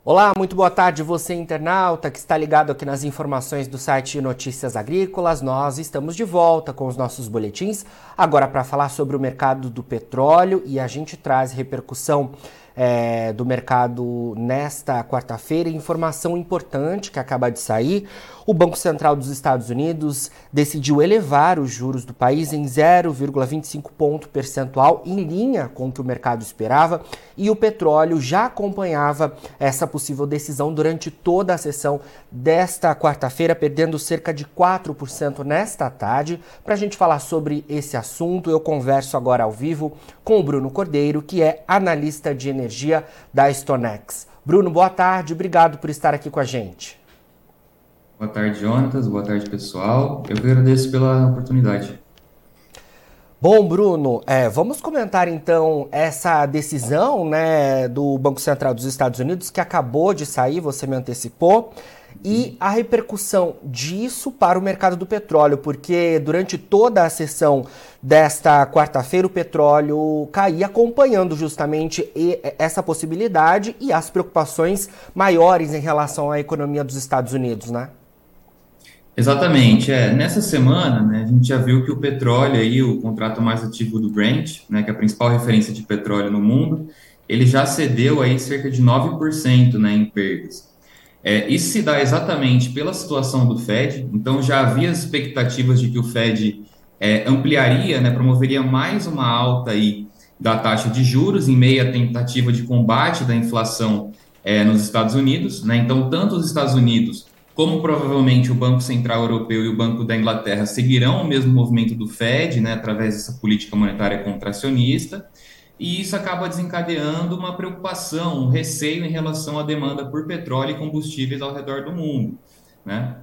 Olá, muito boa tarde, você internauta que está ligado aqui nas informações do site Notícias Agrícolas. Nós estamos de volta com os nossos boletins, agora para falar sobre o mercado do petróleo, e a gente traz repercussão do mercado nesta quarta-feira. Informação importante que acaba de sair: o Banco Central dos Estados Unidos decidiu elevar os juros do país em 0,25 ponto percentual, em linha com o que o mercado esperava, e o petróleo já acompanhava essa possível decisão durante toda a sessão desta quarta-feira, perdendo cerca de 4% nesta tarde. Para a gente falar sobre esse assunto, eu converso agora ao vivo com o Bruno Cordeiro, que é analista de energia da Stonex. Bruno, boa tarde, obrigado por estar aqui com a gente. Boa tarde, Jonatas. Boa tarde, pessoal. Eu que agradeço pela oportunidade. Bom, Bruno, vamos comentar então essa decisão, né, do Banco Central dos Estados Unidos que acabou de sair, você me antecipou, e a repercussão disso para o mercado do petróleo, porque durante toda a sessão desta quarta-feira o petróleo caía, acompanhando justamente essa possibilidade e as preocupações maiores em relação à economia dos Estados Unidos, né? Exatamente. Nessa semana, né, a gente já viu que o petróleo aí, o contrato mais ativo do Brent, né, que é a principal referência de petróleo no mundo, ele já cedeu aí cerca de 9%, né, em perdas. Isso se dá exatamente pela situação do Fed. Então já havia as expectativas de que o Fed ampliaria, né, promoveria mais uma alta aí da taxa de juros em meio à tentativa de combate da inflação nos Estados Unidos, né? Então tanto os Estados Unidos como provavelmente o Banco Central Europeu e o Banco da Inglaterra seguirão o mesmo movimento do Fed, né, através dessa política monetária contracionista. E isso acaba desencadeando uma preocupação, um receio em relação à demanda por petróleo e combustíveis ao redor do mundo, né?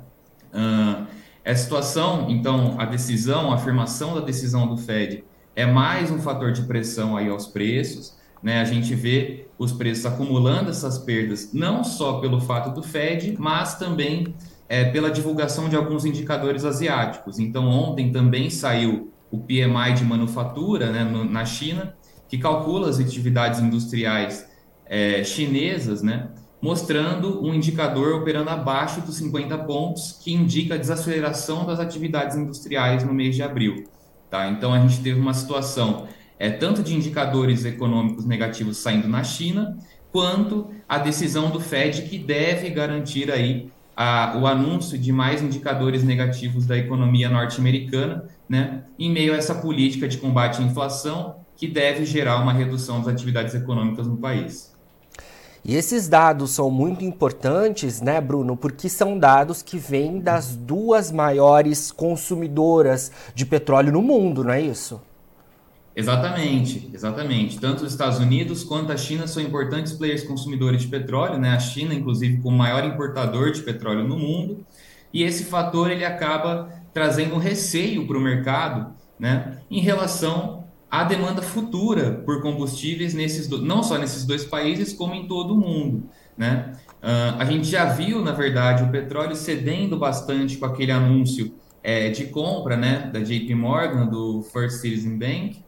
Essa situação, então, a afirmação da decisão do Fed é mais um fator de pressão aí aos preços, né? A gente vê os preços acumulando essas perdas, não só pelo fato do Fed, mas também pela divulgação de alguns indicadores asiáticos. Então, ontem também saiu o PMI de manufatura, né, na China, que calcula as atividades industriais chinesas, né, mostrando um indicador operando abaixo dos 50 pontos, que indica a desaceleração das atividades industriais no mês de abril. Tá? Então, a gente teve uma situação tanto de indicadores econômicos negativos saindo na China, quanto a decisão do Fed, que deve garantir aí o anúncio de mais indicadores negativos da economia norte-americana, né, em meio a essa política de combate à inflação, que deve gerar uma redução das atividades econômicas no país. E esses dados são muito importantes, né, Bruno? Porque são dados que vêm das duas maiores consumidoras de petróleo no mundo, não é isso? Exatamente, exatamente. Tanto os Estados Unidos quanto a China são importantes players consumidores de petróleo, né? A China, inclusive, como maior importador de petróleo no mundo, e esse fator ele acaba trazendo um receio para o mercado, né? Em relação à demanda futura por combustíveis não só nesses dois países, como em todo o mundo, né? A gente já viu, na verdade, o petróleo cedendo bastante com aquele anúncio de compra, né? Da JP Morgan, do First Citizen Bank,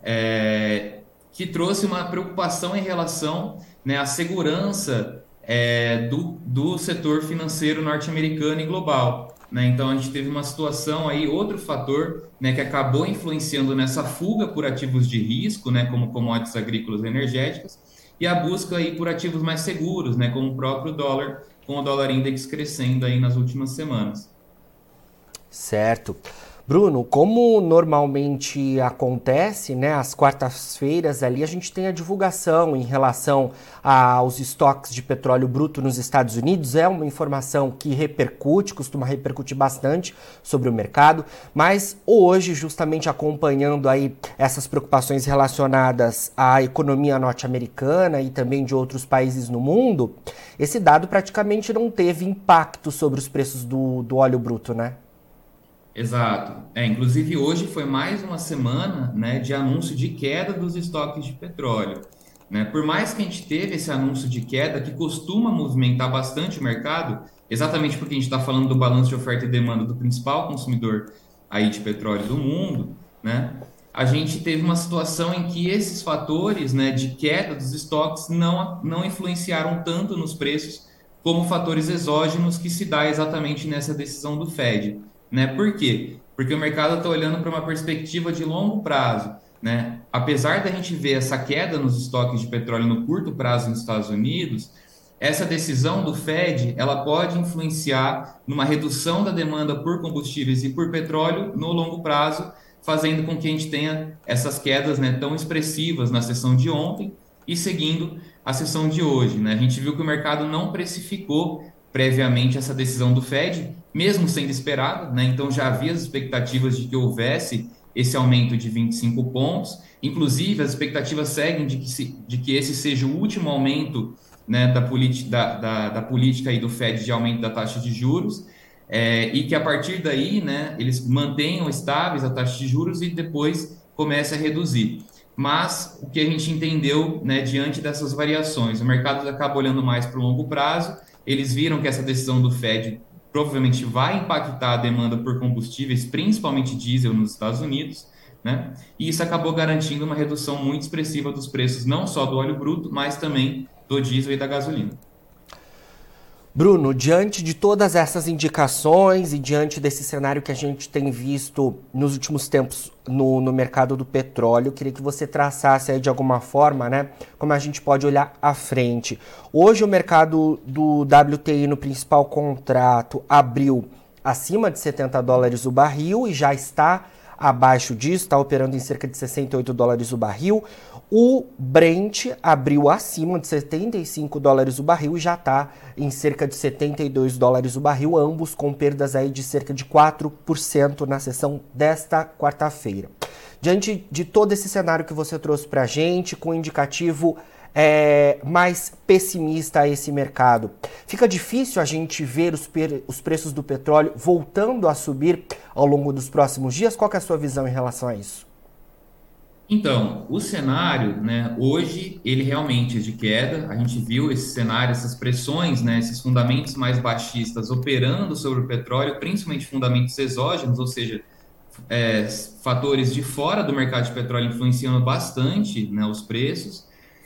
que trouxe uma preocupação em relação, né, à segurança do setor financeiro norte-americano e global. Né? Então, a gente teve uma situação aí, outro fator, né, que acabou influenciando nessa fuga por ativos de risco, né, como commodities agrícolas e energéticas, e a busca aí por ativos mais seguros, né, como o próprio dólar, com o dólar index crescendo aí nas últimas semanas. Certo. Bruno, como normalmente acontece, né, às quartas-feiras ali a gente tem a divulgação em relação aos estoques de petróleo bruto nos Estados Unidos. É uma informação que repercute, costuma repercutir bastante sobre o mercado, mas hoje, justamente acompanhando aí essas preocupações relacionadas à economia norte-americana e também de outros países no mundo, esse dado praticamente não teve impacto sobre os preços do óleo bruto, né? Exato. Inclusive hoje foi mais uma semana, né, de anúncio de queda dos estoques de petróleo, né? Por mais que a gente teve esse anúncio de queda que costuma movimentar bastante o mercado, exatamente porque a gente está falando do balanço de oferta e demanda do principal consumidor aí de petróleo do mundo, né? a gente teve uma situação em que esses fatores, né, de queda dos estoques não influenciaram tanto nos preços como fatores exógenos que se dá exatamente nessa decisão do Fed, né? Por quê? Porque o mercado está olhando para uma perspectiva de longo prazo, né? Apesar da gente ver essa queda nos estoques de petróleo no curto prazo nos Estados Unidos, essa decisão do Fed, ela pode influenciar numa redução da demanda por combustíveis e por petróleo no longo prazo, fazendo com que a gente tenha essas quedas, né, tão expressivas na sessão de ontem e seguindo a sessão de hoje, né? A gente viu que o mercado não precificou previamente essa decisão do Fed, mesmo sendo esperada, né? Então já havia as expectativas de que houvesse esse aumento de 25 pontos. Inclusive, as expectativas seguem de que esse seja o último aumento, né, da política aí do Fed de aumento da taxa de juros, e que a partir daí, né, eles mantenham estáveis a taxa de juros e depois comece a reduzir. Mas o que a gente entendeu, né, diante dessas variações, o mercado acaba olhando mais para o longo prazo, eles viram que essa decisão do Fed provavelmente vai impactar a demanda por combustíveis, principalmente diesel nos Estados Unidos, né? E isso acabou garantindo uma redução muito expressiva dos preços, não só do óleo bruto, mas também do diesel e da gasolina. Bruno, diante de todas essas indicações e diante desse cenário que a gente tem visto nos últimos tempos no mercado do petróleo, queria que você traçasse aí de alguma forma, né, como a gente pode olhar à frente. Hoje o mercado do WTI no principal contrato abriu acima de $70 o barril e já está abaixo disso, está operando em cerca de $68 o barril. O Brent abriu acima de $75 o barril e já está em cerca de $72 o barril, ambos com perdas aí de cerca de 4% na sessão desta quarta-feira. Diante de todo esse cenário que você trouxe para a gente, com indicativo mais pessimista a esse mercado, fica difícil a gente ver os preços do petróleo voltando a subir ao longo dos próximos dias? Qual que é a sua visão em relação a isso? Então, o cenário, né, hoje ele realmente é de queda. A gente viu esse cenário, essas pressões, né, esses fundamentos mais baixistas operando sobre o petróleo, principalmente fundamentos exógenos, ou seja, é, fatores de fora do mercado de petróleo influenciando bastante, né, os preços.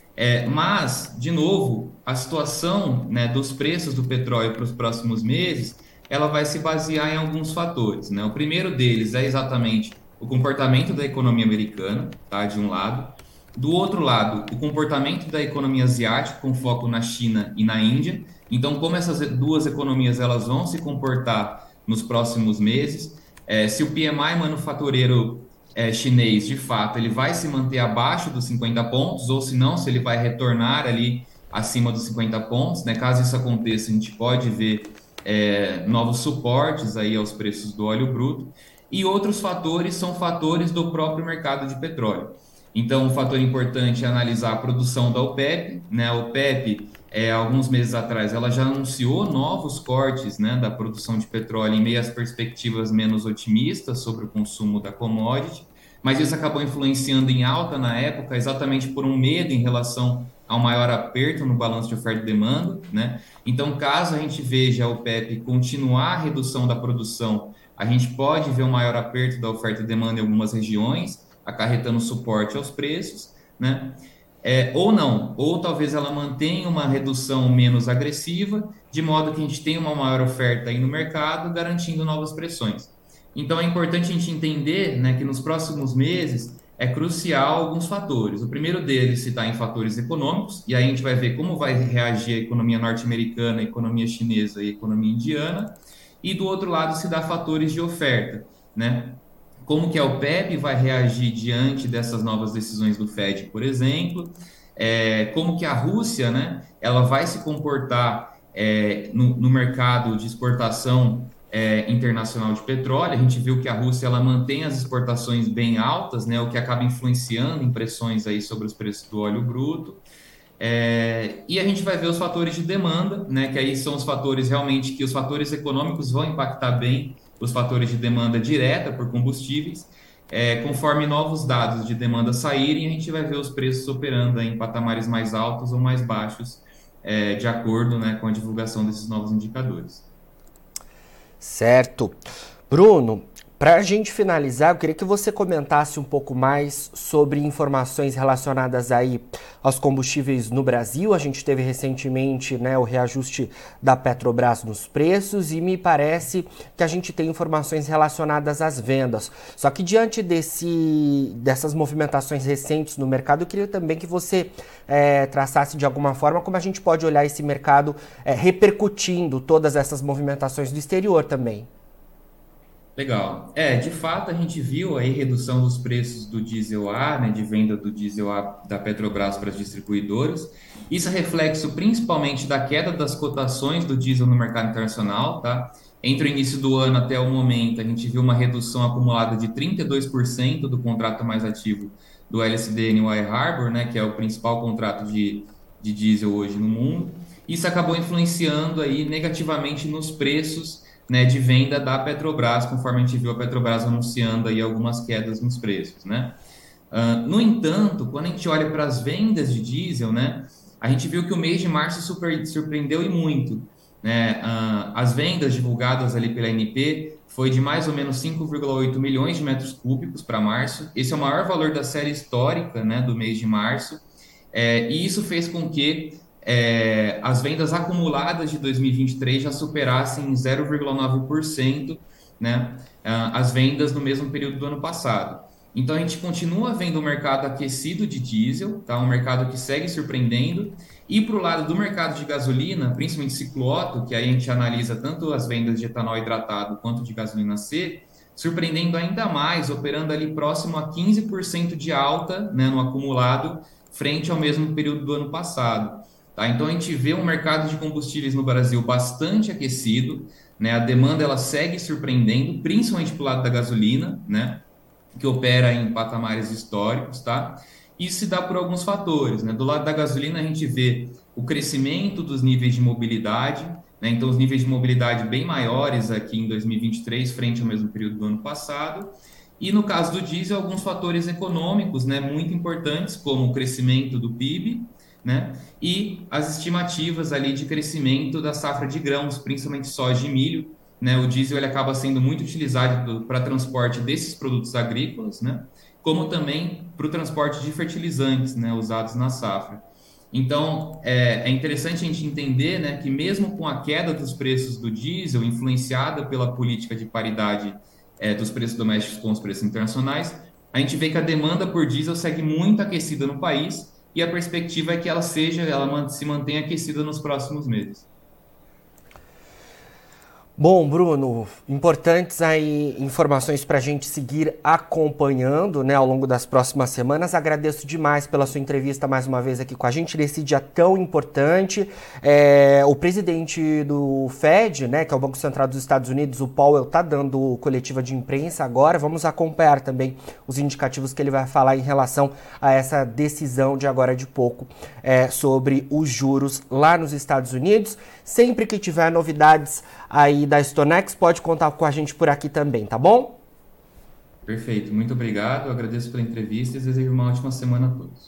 Mas, de novo, a situação, né, dos preços do petróleo para os próximos meses, ela vai se basear em alguns fatores, né? O primeiro deles é exatamente o comportamento da economia americana, tá, de um lado. Do outro lado, o comportamento da economia asiática, com foco na China e na Índia. Então, como essas duas economias elas vão se comportar nos próximos meses. Se o PMI manufatureiro chinês, de fato, ele vai se manter abaixo dos 50 pontos, ou se não, se ele vai retornar ali acima dos 50 pontos, né? Caso isso aconteça, a gente pode ver novos suportes aí aos preços do óleo bruto. E outros fatores são fatores do próprio mercado de petróleo. Então, um fator importante é analisar a produção da OPEP, né? A OPEP, alguns meses atrás, ela já anunciou novos cortes, né, da produção de petróleo em meio às perspectivas menos otimistas sobre o consumo da commodity, mas isso acabou influenciando em alta na época, exatamente por um medo em relação ao maior aperto no balanço de oferta e demanda, né? Então, caso a gente veja a OPEP continuar a redução da produção, a gente pode ver um maior aperto da oferta e demanda em algumas regiões, acarretando suporte aos preços, né? Ou não, ou talvez ela mantenha uma redução menos agressiva, de modo que a gente tenha uma maior oferta aí no mercado, garantindo novas pressões. Então é importante a gente entender, né, que nos próximos meses é crucial alguns fatores. O primeiro deles se está em fatores econômicos, e aí a gente vai ver como vai reagir a economia norte-americana, a economia chinesa e a economia indiana, e do outro lado se dá fatores de oferta, né? Como que a OPEP vai reagir diante dessas novas decisões do Fed, por exemplo, como que a Rússia, né, ela vai se comportar no mercado de exportação internacional de petróleo. A gente viu que a Rússia ela mantém as exportações bem altas, né, o que acaba influenciando em pressões aí sobre os preços do óleo bruto. E a gente vai ver os fatores de demanda, né, que aí são os fatores realmente que os fatores econômicos vão impactar bem os fatores de demanda direta por combustíveis. Conforme novos dados de demanda saírem, a gente vai ver os preços operando em patamares mais altos ou mais baixos, de acordo, né, com a divulgação desses novos indicadores. Certo. Bruno, Para a gente finalizar, eu queria que você comentasse um pouco mais sobre informações relacionadas aí aos combustíveis no Brasil. A gente teve recentemente, né, o reajuste da Petrobras nos preços e me parece que a gente tem informações relacionadas às vendas. Só que diante dessas movimentações recentes no mercado, eu queria também que você traçasse de alguma forma como a gente pode olhar esse mercado repercutindo todas essas movimentações do exterior também. Legal. De fato, a gente viu aí redução dos preços do diesel A, né, de venda do diesel A da Petrobras para as distribuidoras. Isso é reflexo principalmente da queda das cotações do diesel no mercado internacional, tá? Entre o início do ano até o momento, a gente viu uma redução acumulada de 32% do contrato mais ativo do LSD New Harbor, né, que é o principal contrato de diesel hoje no mundo. Isso acabou influenciando aí negativamente nos preços, né, de venda da Petrobras, conforme a gente viu a Petrobras anunciando aí algumas quedas nos preços, né? No entanto, quando a gente olha para as vendas de diesel, né, a gente viu que o mês de março surpreendeu e muito, né? As vendas divulgadas ali pela ANP foi de mais ou menos 5,8 milhões de metros cúbicos para março. Esse é o maior valor da série histórica, né, do mês de março. E isso fez com que as vendas acumuladas de 2023 já superassem em 0,9%, né, as vendas no mesmo período do ano passado. Então a gente continua vendo o mercado aquecido de diesel, tá? Um mercado que segue surpreendendo. E para o lado do mercado de gasolina, principalmente cicloto, que aí a gente analisa tanto as vendas de etanol hidratado quanto de gasolina C, surpreendendo ainda mais, operando ali próximo a 15% de alta, né, no acumulado, frente ao mesmo período do ano passado. Tá? Então a gente vê um mercado de combustíveis no Brasil bastante aquecido, né? A demanda ela segue surpreendendo, principalmente para o lado da gasolina, né? Que opera em patamares históricos, tá? Isso se dá por alguns fatores, né? Do lado da gasolina, a gente vê o crescimento dos níveis de mobilidade, né? Então, os níveis de mobilidade bem maiores aqui em 2023, frente ao mesmo período do ano passado. E no caso do diesel, alguns fatores econômicos, né, muito importantes, como o crescimento do PIB, né, e as estimativas ali de crescimento da safra de grãos, principalmente soja e milho, né? O diesel ele acaba sendo muito utilizado para transporte desses produtos agrícolas, né? Como também para o transporte de fertilizantes, né? Usados na safra. Então, é interessante a gente entender, né, que mesmo com a queda dos preços do diesel, influenciada pela política de paridade dos preços domésticos com os preços internacionais, a gente vê que a demanda por diesel segue muito aquecida no país e a perspectiva é que ela se mantenha aquecida nos próximos meses. Bom, Bruno, importantes aí informações para a gente seguir acompanhando, né, ao longo das próximas semanas. Agradeço demais pela sua entrevista mais uma vez aqui com a gente nesse dia tão importante. O presidente do Fed, né, que é o Banco Central dos Estados Unidos, o Powell, está dando coletiva de imprensa agora. Vamos acompanhar também os indicativos que ele vai falar em relação a essa decisão de agora de pouco sobre os juros lá nos Estados Unidos. Sempre que tiver novidades aí da Stonex, pode contar com a gente por aqui também, tá bom? Perfeito, muito obrigado, agradeço pela entrevista e desejo uma ótima semana a todos.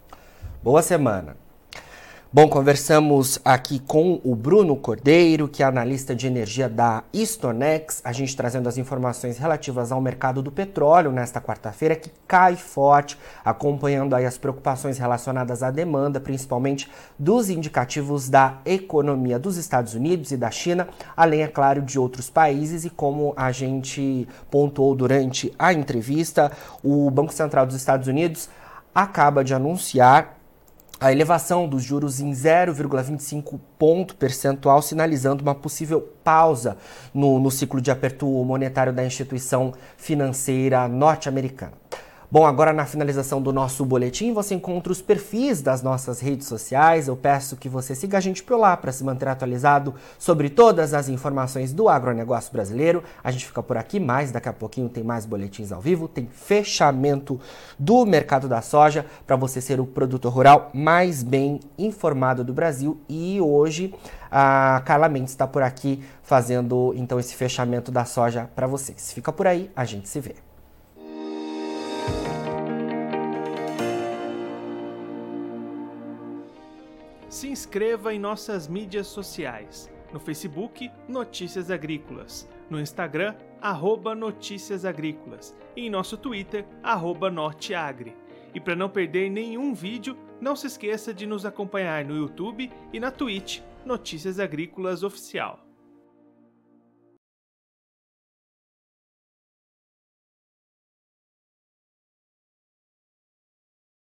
Boa semana. Bom, conversamos aqui com o Bruno Cordeiro, que é analista de energia da Stonex, a gente trazendo as informações relativas ao mercado do petróleo nesta quarta-feira, que cai forte, acompanhando aí as preocupações relacionadas à demanda, principalmente dos indicativos da economia dos Estados Unidos e da China, além, é claro, de outros países. E como a gente pontuou durante a entrevista, o Banco Central dos Estados Unidos acaba de anunciar a elevação dos juros em 0,25 ponto percentual, sinalizando uma possível pausa no ciclo de aperto monetário da instituição financeira norte-americana. Bom, agora na finalização do nosso boletim, você encontra os perfis das nossas redes sociais. Eu peço que você siga a gente por lá para se manter atualizado sobre todas as informações do agronegócio brasileiro. A gente fica por aqui, mas daqui a pouquinho tem mais boletins ao vivo, tem fechamento do mercado da soja para você ser o produtor rural mais bem informado do Brasil. E hoje a Carla Mendes está por aqui fazendo então esse fechamento da soja para vocês. Fica por aí, a gente se vê. Se inscreva em nossas mídias sociais. No Facebook, Notícias Agrícolas. No Instagram, @Notícias Agrícolas. E em nosso Twitter, @Norteagri. E para não perder nenhum vídeo, não se esqueça de nos acompanhar no YouTube e na Twitch, Notícias Agrícolas Oficial.